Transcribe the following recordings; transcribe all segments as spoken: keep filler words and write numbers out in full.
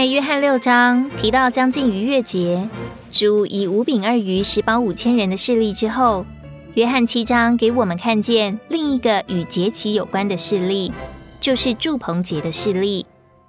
在约翰六章提到将近逾越节，主以五饼二鱼食饱五千人的事例之后，约翰七章给我们看见另一个与节期有关的事例，就是住棚节的事例。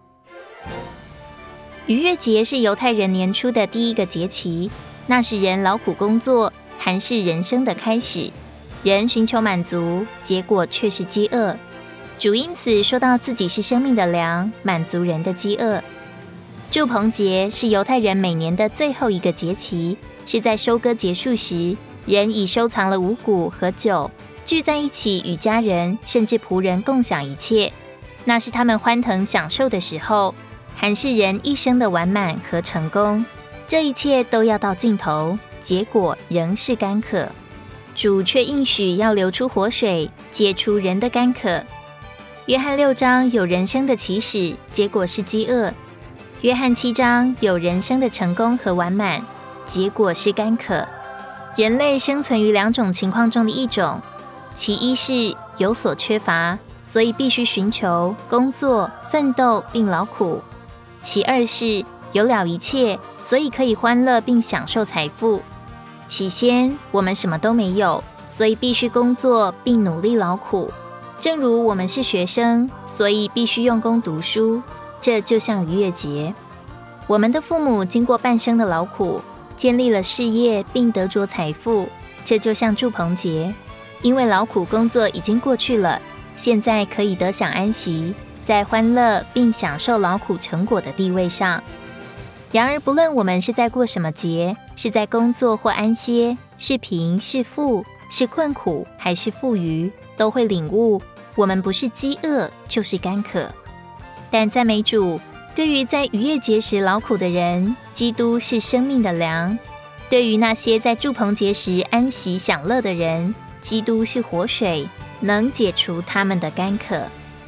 逾越节是犹太人年初的第一个节期，那是人劳苦工作、含释人生的开始。人寻求满足，结果却是饥饿。主因此说到自己是生命的粮，满足人的饥饿。住棚节是犹太人每年的最后一个节期，是在收割结束时，人已收藏了五谷和酒，聚在一起与家人甚至仆人共享一切。那是他们欢腾享受的时候，含释人一生的完满和成功。这一切都要到尽头，结果仍是干渴。主却应许要流出活水，解除人的干渴。约翰六章有人生的起始，结果是饥饿。约翰七章有人生的成功和完满，结果是干渴。人类生存于两种情况中的一种，其一是有所缺乏，所以必须寻求、工作、奋斗并劳苦；其二是有了一切，所以可以欢乐并享受财富。起先我们什么都没有，所以必须工作并努力劳苦。正如我们是学生，所以必须用功读书，这就像逾越节。我们的父母经过半生的劳苦，建立了事业并得着财富，这就像住棚节。因为劳苦工作已经过去了，现在可以得享安息，在欢乐并享受劳苦成果的地位上。然而不论我们是在过什么节，是在工作或安歇，是贫是富，是困苦还是富余，都会领悟我们不是饥饿就是干渴。但赞美主，对于在逾越节时劳苦的人，基督是生命的粮；对于那些在住棚节时安息享乐的人，基督是活水，能解除他们的干渴。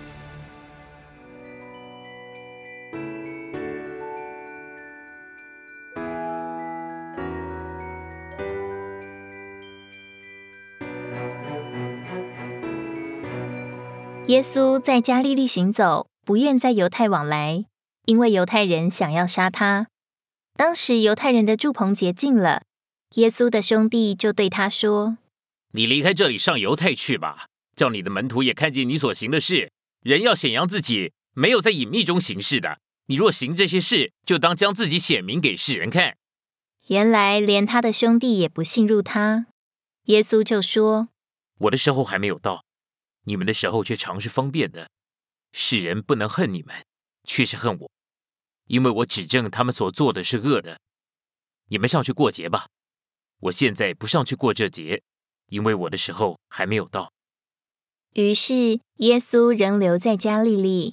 耶稣在加利利行走，不愿在犹太往来，因为犹太人想要杀他。当时犹太人的住棚节近了，耶稣的兄弟就对他说： 你离开这里上犹太去吧，叫你的门徒也看见你所行的事。人要显扬自己，没有在隐秘中行事的。你若行这些事，就当将自己显明给世人看。 原来连他的兄弟也不信入他。耶稣就说： 我的时候还没有到，你们的时候却常是方便的。世人不能恨你们，却是恨我，因为我指证他们所做的是恶的。你们上去过节吧，我现在不上去过这节，因为我的时候还没有到。 于是耶稣仍留在加利利。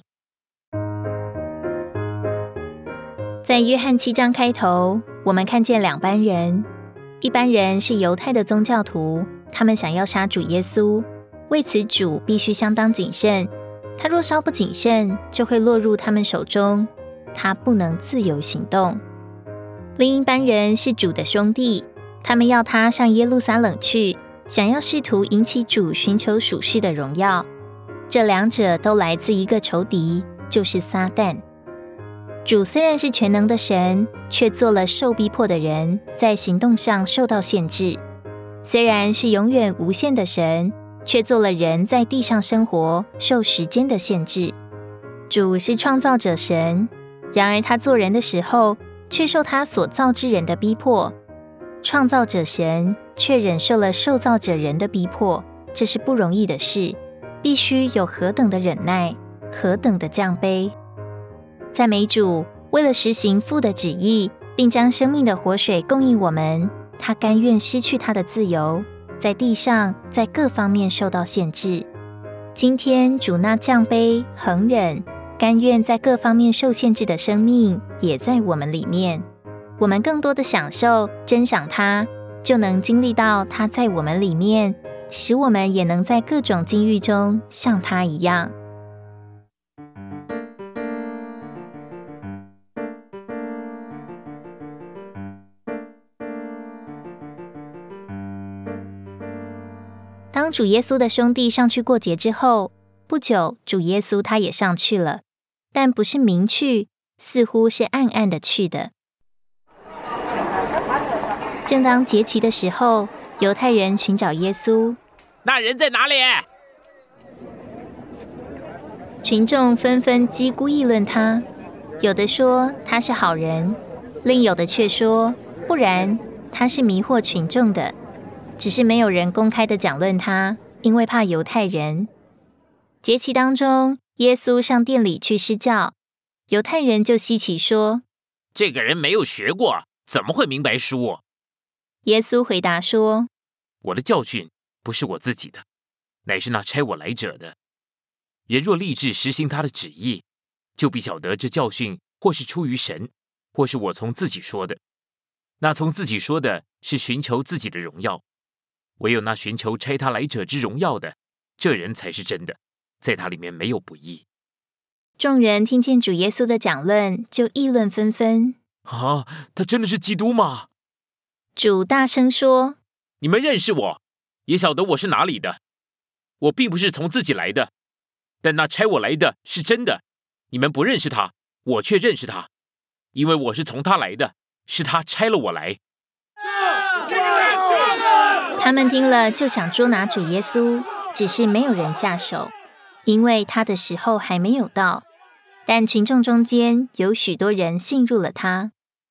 在约翰七章开头，我们看见两班人，一班人是犹太的宗教徒，他们想要杀主耶稣，为此主必须相当谨慎，他若稍不谨慎，就会落入他们手中，他不能自由行动。另一班人是主的兄弟，他们要他上耶路撒冷去，想要试图引起主寻求属世的荣耀。这两者都来自一个仇敌，就是撒旦。主虽然是全能的神，却做了受逼迫的人，在行动上受到限制。虽然是永远无限的神，却做了人在地上生活，受时间的限制。主是创造者神，然而他做人的时候，却受他所造之人的逼迫。创造者神却忍受了受造者人的逼迫，这是不容易的事，必须有何等的忍耐，何等的降卑。赞美主，为了实行父的旨意，并将生命的活水供应我们，他甘愿失去他的自由，在地上在各方面受到限制。今天主那降卑、恒忍、甘愿在各方面受限制的生命也在我们里面。我们更多的享受珍赏他，就能经历到他在我们里面，使我们也能在各种境遇中像他一样。当主耶稣的兄弟上去过节之后，不久主耶稣他也上去了，但不是明去， 似乎是暗暗的去的。正当节期的时候，犹太人寻找耶稣， 那人在哪里？ 群众纷纷击鼓议论他，有的说他是好人，另有的却说不然，他是迷惑群众的。只是没有人公开的讲论他，因为怕犹太人。节期当中，耶稣上殿里去施教，犹太人就稀奇说， 这个人没有学过，怎么会明白书？ 耶稣回答说， 我的教训不是我自己的，乃是那差我来者的。人若立志实行他的旨意，就必晓得这教训或是出于神，或是我从自己说的。那从自己说的是寻求自己的荣耀，唯有那寻求差他来者之荣耀的，这人才是真的，在他里面没有不义。 众人听见主耶稣的讲论，就议论纷纷。 啊，他真的是基督吗？ 主大声说， 你们认识我，也晓得我是哪里的。我并不是从自己来的，但那差我来的是真的。你们不认识他，我却认识他，因为我是从他来的，是他差了我来。 他们听了就想捉拿主耶稣，只是没有人下手，因为他的时候还没有到。但群众中间有许多人信入了他。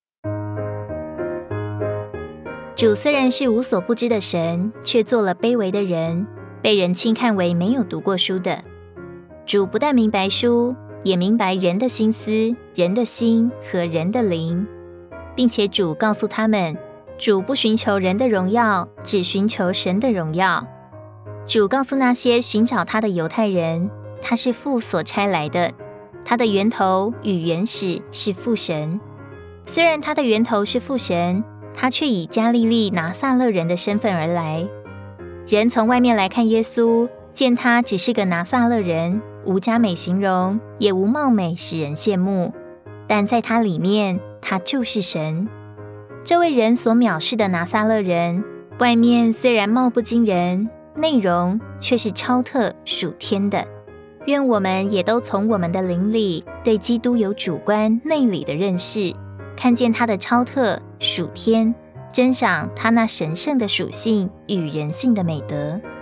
主虽然是无所不知的神，却做了卑微的人，被人轻看为没有读过书的。主不但明白书，也明白人的心思、人的心和人的灵，并且主告诉他们，主不寻求人的荣耀，只寻求神的荣耀。主告诉那些寻找他的犹太人，他是父所差来的，他的源头与原始是父神。虽然他的源头是父神，他却以加利利拿撒勒人的身份而来。人从外面来看耶稣，见他只是个拿撒勒人，无佳美形容，也无貌美使人羡慕，但在他里面，他就是神。这位人所藐视的拿撒勒人，外面虽然貌不惊人，内容却是超特属天的。愿我们也都从我们的灵里对基督有主观内里的认识，看见他的超特属天，珍赏他那神圣的属性与人性的美德。